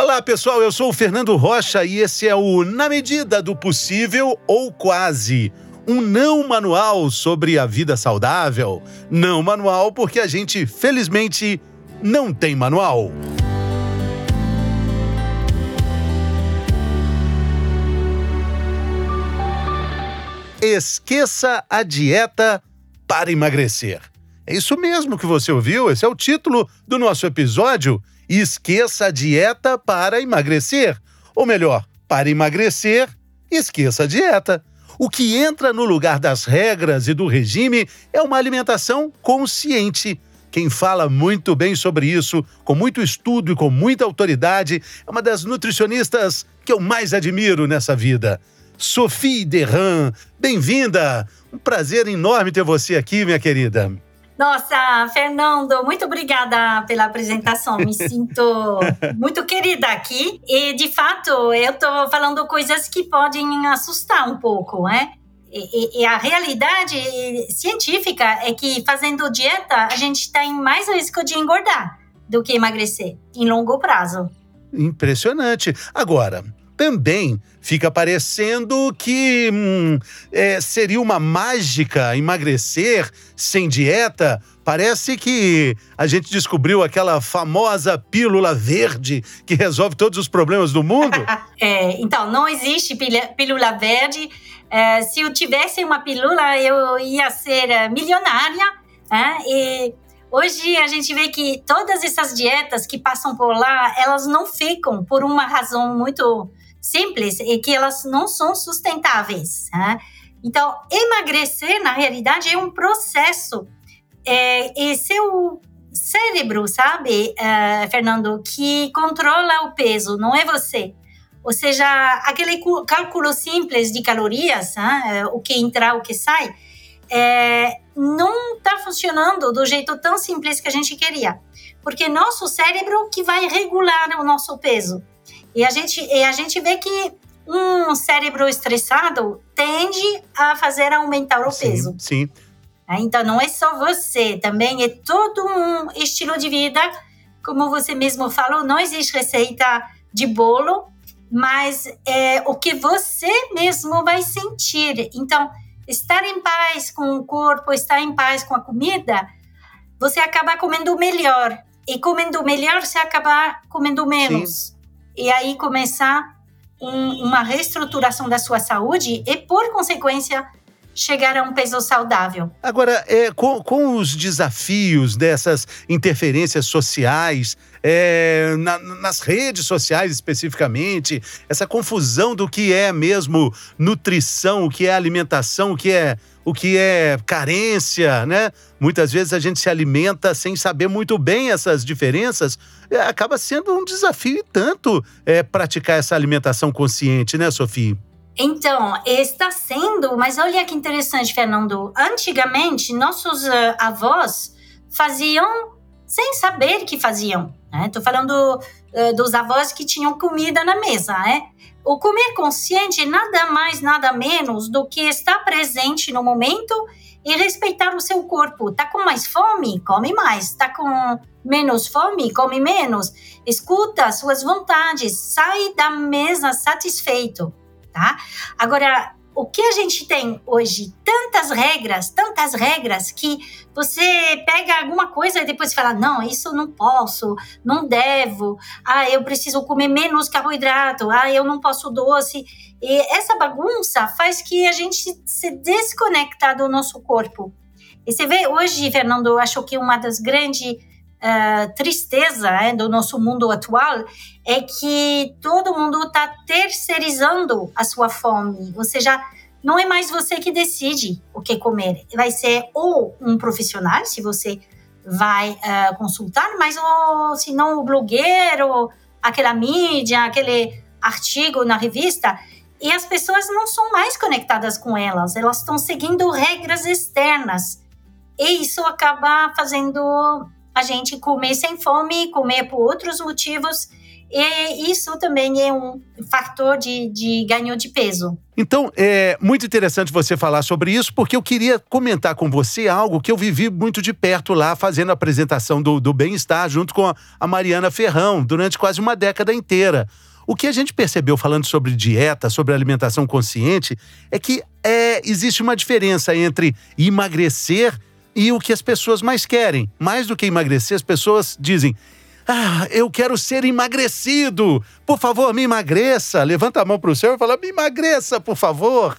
Olá, pessoal, eu sou o Fernando Rocha e esse é o Na Medida do Possível ou Quase, um não manual sobre a vida saudável. Não manual porque a gente, felizmente, não tem manual. Esqueça a dieta para emagrecer. É isso mesmo que você ouviu, esse é o título do nosso episódio. Esqueça a dieta para emagrecer. Ou melhor, para emagrecer, esqueça a dieta. O que entra no lugar das regras e do regime é uma alimentação consciente. Quem fala muito bem sobre isso, com muito estudo e com muita autoridade, é uma das nutricionistas que eu mais admiro nessa vida. Sophie Derran, bem-vinda! Um prazer enorme ter você aqui, minha querida. Nossa, Fernando, muito obrigada pela apresentação. Me sinto muito querida aqui. E, de fato, eu estou falando coisas que podem assustar um pouco, né? E a realidade científica é que, fazendo dieta, a gente tem mais risco de engordar do que emagrecer, em longo prazo. Impressionante. Agora, também fica parecendo que seria uma mágica emagrecer sem dieta. Parece que a gente descobriu aquela famosa pílula verde que resolve todos os problemas do mundo. Então, não existe pílula verde. Se eu tivesse uma pílula, eu ia ser milionária. E hoje a gente vê que todas essas dietas que passam por lá, elas não ficam por uma razão muito simples, e que elas não são sustentáveis. Então, emagrecer, na realidade, é um processo. E seu cérebro, sabe, Fernando, que controla o peso, não é você. Ou seja, aquele cálculo simples de calorias, o que entra, o que sai, não está funcionando do jeito tão simples que a gente queria. Porque nosso cérebro que vai regular o nosso peso. E a gente vê que um cérebro estressado tende a fazer aumentar o peso. Sim. Então, não é só você, também é todo um estilo de vida. Como você mesmo falou, não existe receita de bolo, mas é o que você mesmo vai sentir. Então, estar em paz com o corpo, estar em paz com a comida, você acaba comendo melhor. E comendo melhor, você acaba comendo menos. Sim. E aí começar uma reestruturação da sua saúde e, por consequência, chegar a um peso saudável. Agora, com os desafios dessas interferências sociais, nas redes sociais especificamente, essa confusão do que é mesmo nutrição, o que é alimentação, o que é carência, né? Muitas vezes a gente se alimenta sem saber muito bem essas diferenças. Acaba sendo um desafio e tanto praticar essa alimentação consciente, né, Sophie? Então, está sendo, mas olha que interessante, Fernando. Antigamente, nossos avós faziam sem saber que faziam. Estou falando dos avós que tinham comida na mesa. O comer consciente é nada mais, nada menos do que estar presente no momento e respeitar o seu corpo. Está com mais fome? Come mais. Está com menos fome? Come menos. Escuta suas vontades. Sai da mesa satisfeito. Tá? Agora, o que a gente tem hoje? Tantas regras que você pega alguma coisa e depois fala, não, isso eu não posso, não devo, eu preciso comer menos carboidrato, eu não posso doce. E essa bagunça faz que a gente se desconecta do nosso corpo. E você vê hoje, Fernando, eu acho que uma das grandes tristeza do nosso mundo atual é que todo mundo está terceirizando a sua fome. Ou seja, não é mais você que decide o que comer. Vai ser ou um profissional, se você vai consultar, mas se não o blogueiro, aquela mídia, aquele artigo na revista. E as pessoas não são mais conectadas com elas estão seguindo regras externas. E isso acaba fazendo a gente comer sem fome, comer por outros motivos E isso também é um fator de ganho de peso. Então, é muito interessante você falar sobre isso, porque eu queria comentar com você algo que eu vivi muito de perto lá, fazendo a apresentação do bem-estar, junto com a Mariana Ferrão, durante quase uma década inteira. O que a gente percebeu falando sobre dieta, sobre alimentação consciente, é que existe uma diferença entre emagrecer e o que as pessoas mais querem. Mais do que emagrecer, as pessoas dizem: eu quero ser emagrecido. Por favor, me emagreça. Levanta a mão para o céu e fala: me emagreça, por favor.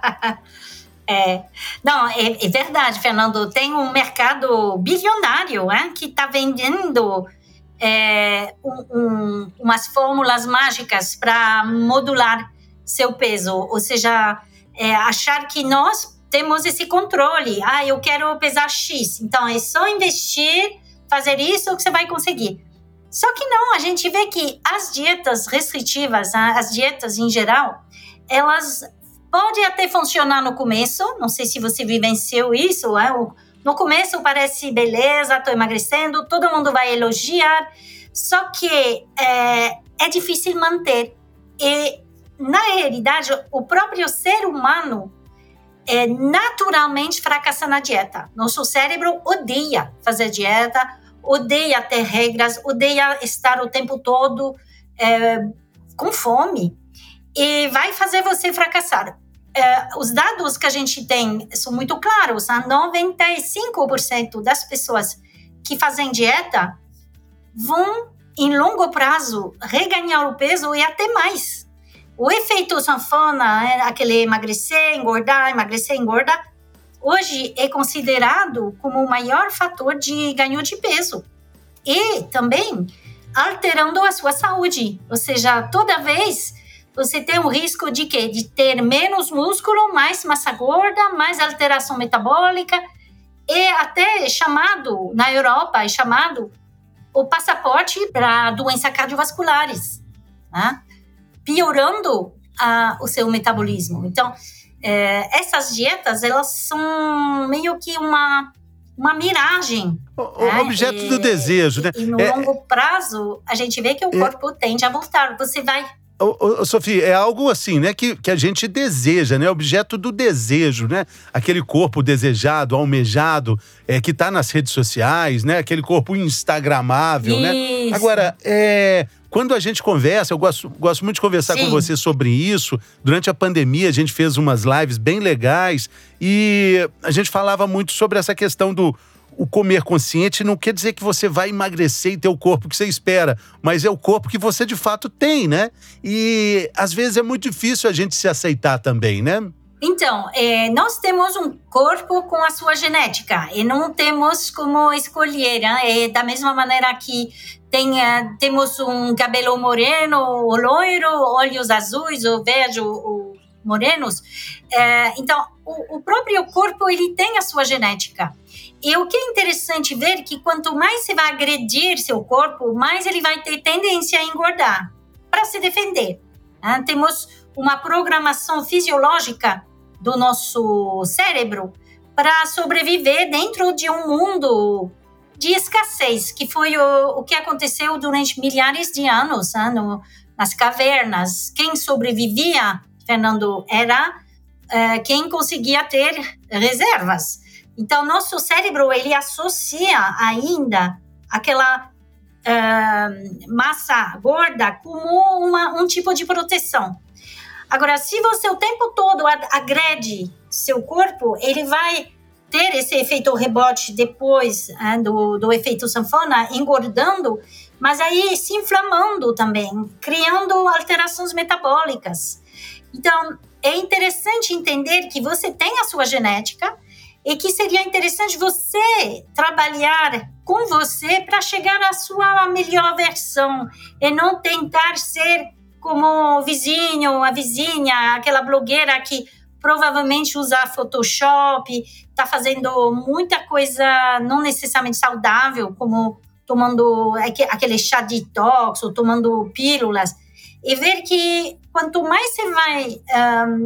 Não, é verdade, Fernando. Tem um mercado bilionário que está vendendo umas fórmulas mágicas para modular seu peso. Ou seja, achar que nós temos esse controle. Eu quero pesar X. Então, é só investir, fazer isso que você vai conseguir. Só que não, a gente vê que as dietas restritivas, as dietas em geral, elas podem até funcionar no começo. Não sei se você vivenciou isso. No começo parece beleza, estou emagrecendo, todo mundo vai elogiar. Só que é difícil manter. E, na realidade, o próprio ser humano naturalmente fracassa na dieta. Nosso cérebro odeia fazer dieta, odeia ter regras, odeia estar o tempo todo com fome e vai fazer você fracassar. Os dados que a gente tem são muito claros. 95% das pessoas que fazem dieta vão, em longo prazo, reganhar o peso e até mais. O efeito sanfona, aquele emagrecer, engordar, hoje é considerado como o maior fator de ganho de peso. E também alterando a sua saúde. Ou seja, toda vez você tem um risco de quê? De ter menos músculo, mais massa gorda, mais alteração metabólica. E até na Europa, é chamado o passaporte para doenças cardiovasculares, né? Piorando o seu metabolismo. Então, essas dietas, elas são meio que uma miragem. Objeto do desejo, né? E no longo prazo, a gente vê que o corpo tende a voltar. Você vai... Sofia, é algo assim, né, que a gente deseja, né, objeto do desejo, né, aquele corpo desejado, almejado, que tá nas redes sociais, né, aquele corpo instagramável, isso, né. Agora, quando a gente conversa, eu gosto muito de conversar com você sobre isso. Durante a pandemia, a gente fez umas lives bem legais e a gente falava muito sobre essa questão o comer consciente não quer dizer que você vai emagrecer e ter o corpo que você espera, mas é o corpo que você de fato tem, né? E às vezes é muito difícil a gente se aceitar também, né? Então, nós temos um corpo com a sua genética e não temos como escolher, né? Da mesma maneira que temos um cabelo moreno ou loiro, olhos azuis ou verde ou morenos. Então, o próprio corpo ele tem a sua genética. E o que é interessante ver que quanto mais você vai agredir seu corpo, mais ele vai ter tendência a engordar para se defender. Temos uma programação fisiológica do nosso cérebro para sobreviver dentro de um mundo de escassez, que foi o que aconteceu durante milhares de anos, nas cavernas. Quem sobrevivia, Fernando, era quem conseguia ter reservas. Então, nosso cérebro, ele associa ainda aquela massa gorda como um tipo de proteção. Agora, se você o tempo todo agrede seu corpo, ele vai ter esse efeito rebote depois do efeito sanfona, engordando, mas aí se inflamando também, criando alterações metabólicas. Então, é interessante entender que você tem a sua genética e que seria interessante você trabalhar com você para chegar à sua melhor versão e não tentar ser como o vizinho, a vizinha, aquela blogueira que provavelmente usa Photoshop, está fazendo muita coisa não necessariamente saudável, como tomando aquele chá detox ou tomando pílulas, e ver que quanto mais você vai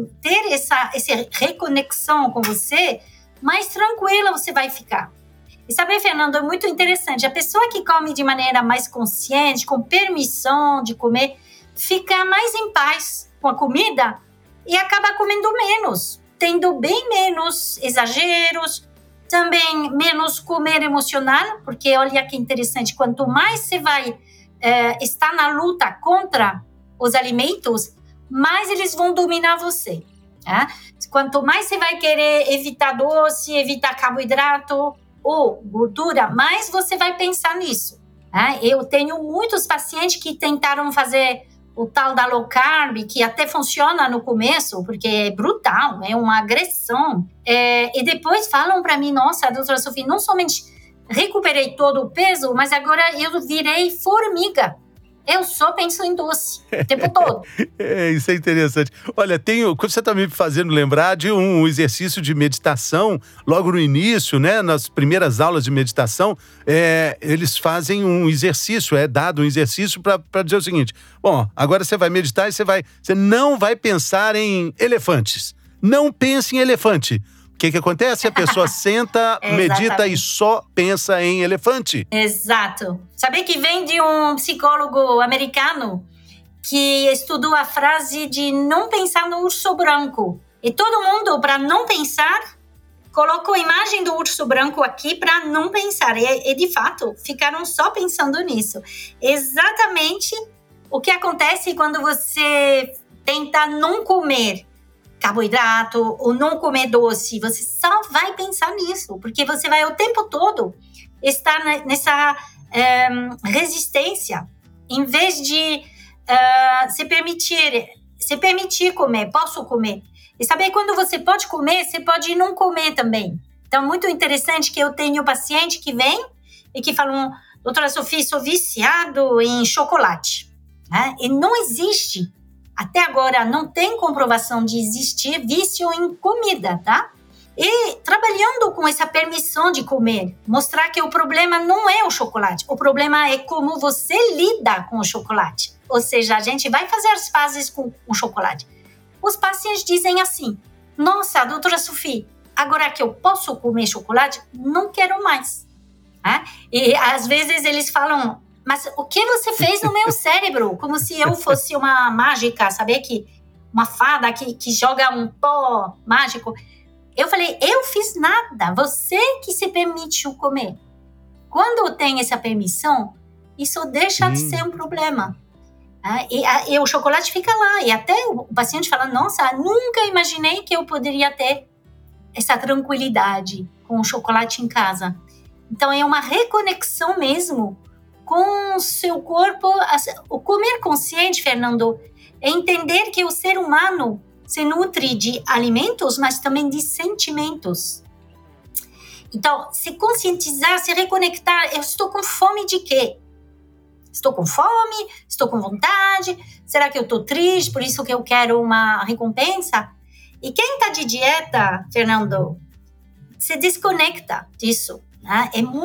essa reconexão com você, mais tranquila você vai ficar. E sabe, Fernando, é muito interessante. A pessoa que come de maneira mais consciente, com permissão de comer, fica mais em paz com a comida e acaba comendo menos, tendo bem menos exageros, também menos comer emocional, porque olha que interessante, quanto mais você vai estar na luta contra os alimentos, mais eles vão dominar você. Tá? Quanto mais você vai querer evitar doce, evitar carboidrato ou gordura, mais você vai pensar nisso. Tá? Eu tenho muitos pacientes que tentaram fazer o tal da low carb, que até funciona no começo, porque é brutal, é uma agressão. E depois falam para mim, nossa, doutora Sofia, não somente recuperei todo o peso, mas agora eu virei formiga. Eu só penso em doce o tempo todo. Isso é interessante. Olha, você está me fazendo lembrar de um exercício de meditação, logo no início, né? Nas primeiras aulas de meditação, eles fazem um exercício, dado um exercício para dizer o seguinte: bom, agora você vai meditar e você não vai pensar em elefantes. Não pense em elefante. O que acontece? A pessoa senta, medita e só pensa em elefante. Exato. Sabe que vem de um psicólogo americano que estudou a frase de não pensar no urso branco. E todo mundo, para não pensar, colocou a imagem do urso branco aqui para não pensar. E, de fato, ficaram só pensando nisso. Exatamente o que acontece quando você tenta não comer carboidrato ou não comer doce, você só vai pensar nisso, porque você vai o tempo todo estar nessa resistência, em vez de se permitir comer, posso comer. E saber quando você pode comer, você pode não comer também. Então, muito interessante que eu tenho paciente que vem e que falam, doutora Sofia, sou viciado em chocolate. Né? E não existe. Até agora não tem comprovação de existir vício em comida, tá? E trabalhando com essa permissão de comer, mostrar que o problema não é o chocolate, o problema é como você lida com o chocolate. Ou seja, a gente vai fazer as pazes com o chocolate. Os pacientes dizem assim, nossa, doutora Sofia, agora que eu posso comer chocolate, não quero mais. E às vezes eles falam, mas o que você fez no meu cérebro? Como se eu fosse uma mágica, sabe? Uma fada que joga um pó mágico. Eu falei, eu fiz nada. Você que se permitiu comer. Quando tem essa permissão, isso deixa de ser um problema. E o chocolate fica lá. E até o paciente fala, nossa, nunca imaginei que eu poderia ter essa tranquilidade com o chocolate em casa. Então, é uma reconexão mesmo com o seu corpo. O comer consciente, Fernando, é entender que o ser humano se nutre de alimentos, mas também de sentimentos. Então, se conscientizar, se reconectar, eu estou com fome de quê? Estou com fome? Estou com vontade? Será que eu estou triste, por isso que eu quero uma recompensa? E quem está de dieta, Fernando, se desconecta disso. Né?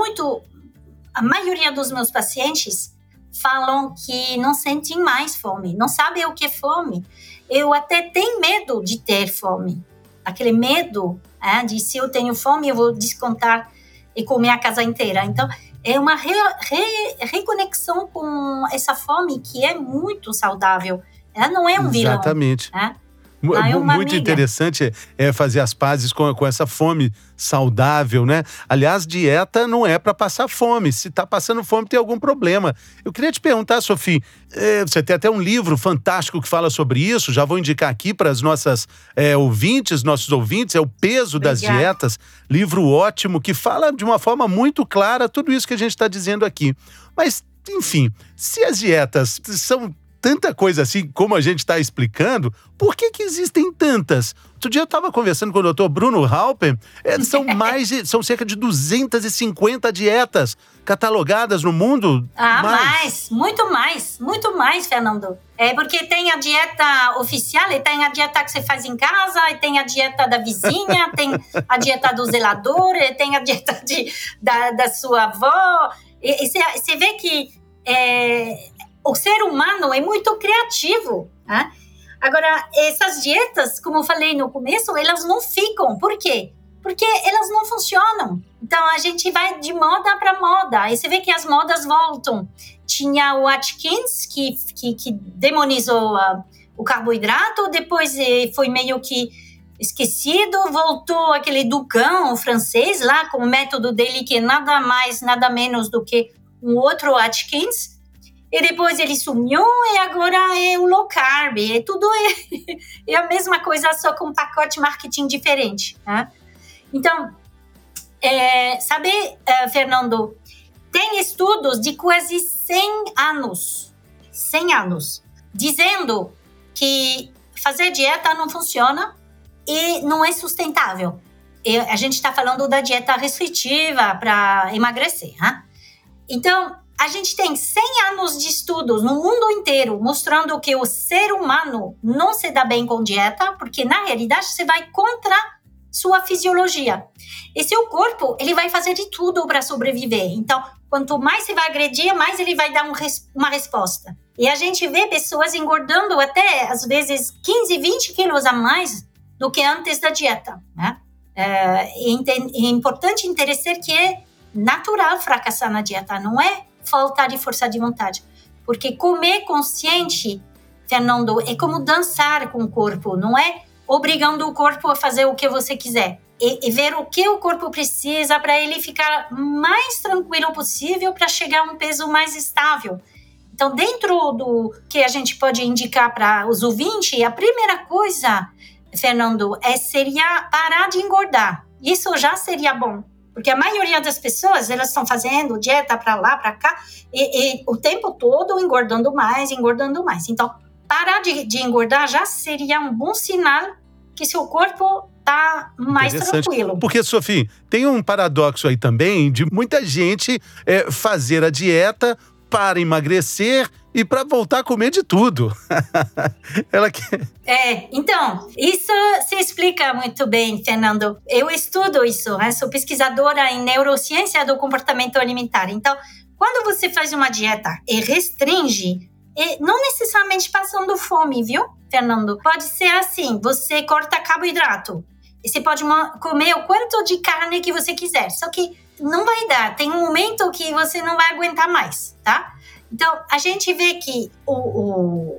A maioria dos meus pacientes falam que não sentem mais fome, não sabem o que é fome. Eu até tenho medo de ter fome. Aquele medo de se eu tenho fome, eu vou descontar e comer a casa inteira. Então, é uma reconexão com essa fome que é muito saudável. Ela não é um vilão. Exatamente. Muito interessante fazer as pazes com essa fome saudável, né? Aliás, dieta não é para passar fome. Se está passando fome, tem algum problema. Eu queria te perguntar, Sofia, você tem até um livro fantástico que fala sobre isso, já vou indicar aqui para as nossas nossos ouvintes, é O Peso das Dietas, livro ótimo, que fala de uma forma muito clara tudo isso que a gente está dizendo aqui. Mas, enfim, se as dietas são tanta coisa assim, como a gente está explicando, por que existem tantas? Outro dia eu estava conversando com o Dr. Bruno Halper, são cerca de 250 dietas catalogadas no mundo. Muito mais, Fernando. Porque tem a dieta oficial, e tem a dieta que você faz em casa, e tem a dieta da vizinha, tem a dieta do zelador, e tem a dieta da sua avó. E você vê que o ser humano é muito criativo. Né? Agora, essas dietas, como eu falei no começo, elas não ficam. Por quê? Porque elas não funcionam. Então, a gente vai de moda para moda. E você vê que as modas voltam. Tinha o Atkins, que demonizou o carboidrato. Depois foi meio que esquecido. Voltou aquele Dukan, o francês, lá, com o método dele, que é nada mais, nada menos do que um outro Atkins. E depois ele sumiu e agora é o low carb. Tudo é a mesma coisa, só com um pacote marketing diferente, né? Então, Fernando, tem estudos de quase 100 anos, dizendo que fazer dieta não funciona e não é sustentável. A gente está falando da dieta restritiva para emagrecer, né? Então, a gente tem 100 anos de estudos no mundo inteiro mostrando que o ser humano não se dá bem com dieta, porque na realidade você vai contra sua fisiologia. E seu corpo, ele vai fazer de tudo para sobreviver. Então, quanto mais você vai agredir, mais ele vai dar uma resposta. E a gente vê pessoas engordando até, às vezes, 15, 20 quilos a mais do que antes da dieta, né? É importante entender que é natural fracassar na dieta, não é falta de força de vontade. Porque comer consciente, Fernando, é como dançar com o corpo, não é obrigando o corpo a fazer o que você quiser. E ver o que o corpo precisa para ele ficar mais tranquilo possível para chegar a um peso mais estável. Então, dentro do que a gente pode indicar para os ouvintes, a primeira coisa, Fernando, seria parar de engordar. Isso já seria bom. Porque a maioria das pessoas, elas estão fazendo dieta para lá, para cá, e o tempo todo engordando mais. Então, parar de engordar já seria um bom sinal que seu corpo está mais tranquilo. Porque, Sophie, tem um paradoxo aí também de muita gente fazer a dieta para emagrecer e para voltar a comer de tudo. Então, isso se explica muito bem, Fernando. Eu estudo isso, sou pesquisadora em neurociência do comportamento alimentar. Então, quando você faz uma dieta e restringe, não necessariamente passando fome, viu, Fernando? Pode ser assim, você corta carboidrato. E você pode comer o quanto de carne que você quiser. Só que não vai dar. Tem um momento que você não vai aguentar mais, tá? Então, a gente vê que o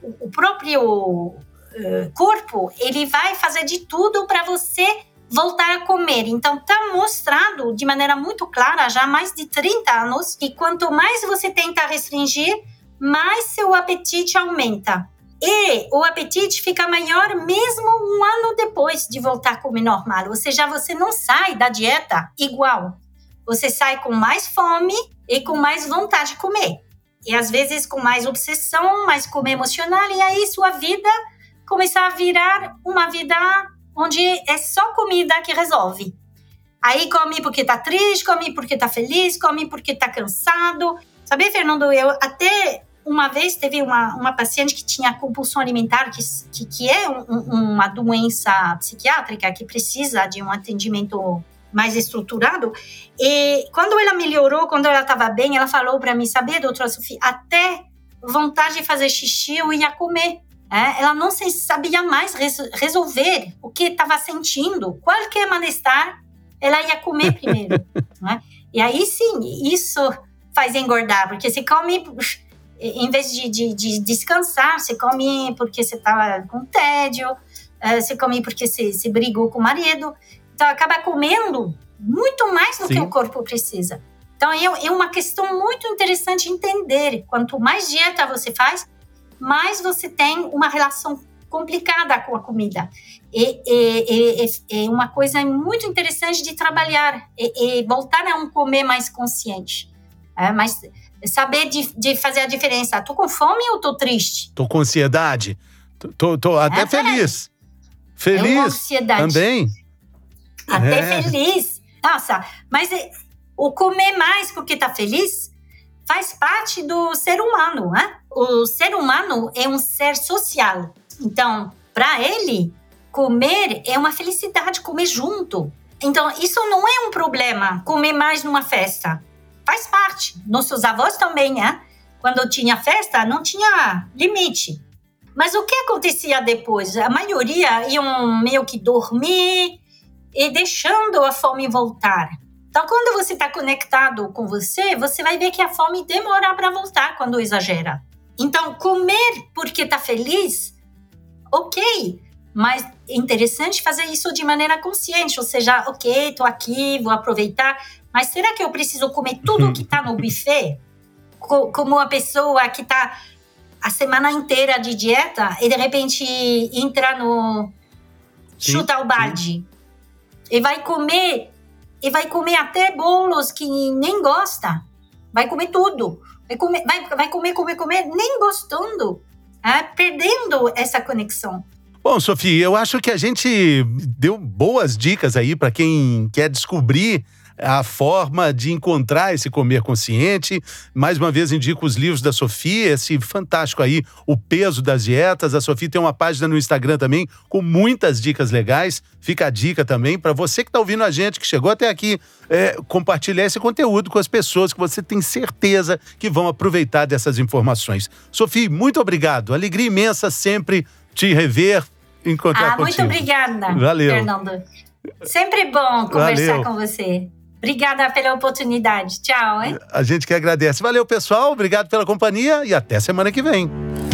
próprio corpo, ele vai fazer de tudo para você voltar a comer. Então, está mostrado de maneira muito clara, já há mais de 30 anos, que quanto mais você tenta restringir, mais seu apetite aumenta. E o apetite fica maior mesmo um ano depois de voltar a comer normal. Ou seja, você não sai da dieta igual. Você sai com mais fome e com mais vontade de comer. E às vezes com mais obsessão, mais comer emocional. E aí sua vida começa a virar uma vida onde é só comida que resolve. Aí come porque tá triste, come porque tá feliz, come porque tá cansado. Sabe, Fernando, eu até uma vez teve uma paciente que tinha compulsão alimentar, que é uma doença psiquiátrica que precisa de um atendimento mais estruturado. E quando ela melhorou, quando ela estava bem, ela falou para mim, saber, doutora Sophie, até vontade de fazer xixi eu ia comer. Ela não sabia mais resolver o que estava sentindo. Qualquer malestar, ela ia comer primeiro. Né? E aí sim, isso faz engordar, porque você come, em vez de descansar, você come porque você está com tédio, você come porque você brigou com o marido. Então, acaba comendo muito mais do que o corpo precisa. Então, é uma questão muito interessante entender. Quanto mais dieta você faz, mais você tem uma relação complicada com a comida. É uma coisa muito interessante de trabalhar e voltar a um comer mais consciente. Mas saber de fazer a diferença. Tô com fome ou tô triste? Tô com ansiedade. Tô até feliz. Feliz também. Até feliz. Nossa, mas o comer mais porque tá feliz faz parte do ser humano, né? O ser humano é um ser social. Então, para ele, comer é uma felicidade, comer junto. Então, isso não é um problema, comer mais numa festa. Faz parte. Nossos avós também, né? Quando tinha festa, não tinha limite. Mas o que acontecia depois? A maioria iam meio que dormir, e deixando a fome voltar. Então, quando você está conectado com você, você vai ver que a fome demora para voltar quando exagera. Então, comer porque está feliz, ok, mas é interessante fazer isso de maneira consciente, ou seja, ok, estou aqui, vou aproveitar, mas será que eu preciso comer tudo que está no buffet? Como uma pessoa que está a semana inteira de dieta e de repente entra no chuta o balde e vai comer até bolos que nem gosta, vai comer tudo, vai comer, nem gostando, perdendo essa conexão. Bom, Sofia, eu acho que a gente deu boas dicas aí para quem quer descobrir a forma de encontrar esse comer consciente. Mais uma vez indico os livros da Sofia, esse fantástico aí, O Peso das Dietas. A Sofia tem uma página no Instagram também com muitas dicas legais. Fica a dica também para você que está ouvindo a gente, que chegou até aqui, compartilhar esse conteúdo com as pessoas que você tem certeza que vão aproveitar dessas informações. Sofia, muito obrigado. Alegria imensa sempre te rever, encontrar contigo. Muito obrigada, Valeu. Fernando. Sempre bom conversar com você. Obrigada pela oportunidade. Tchau, hein? A gente que agradece. Valeu, pessoal. Obrigado pela companhia e até semana que vem.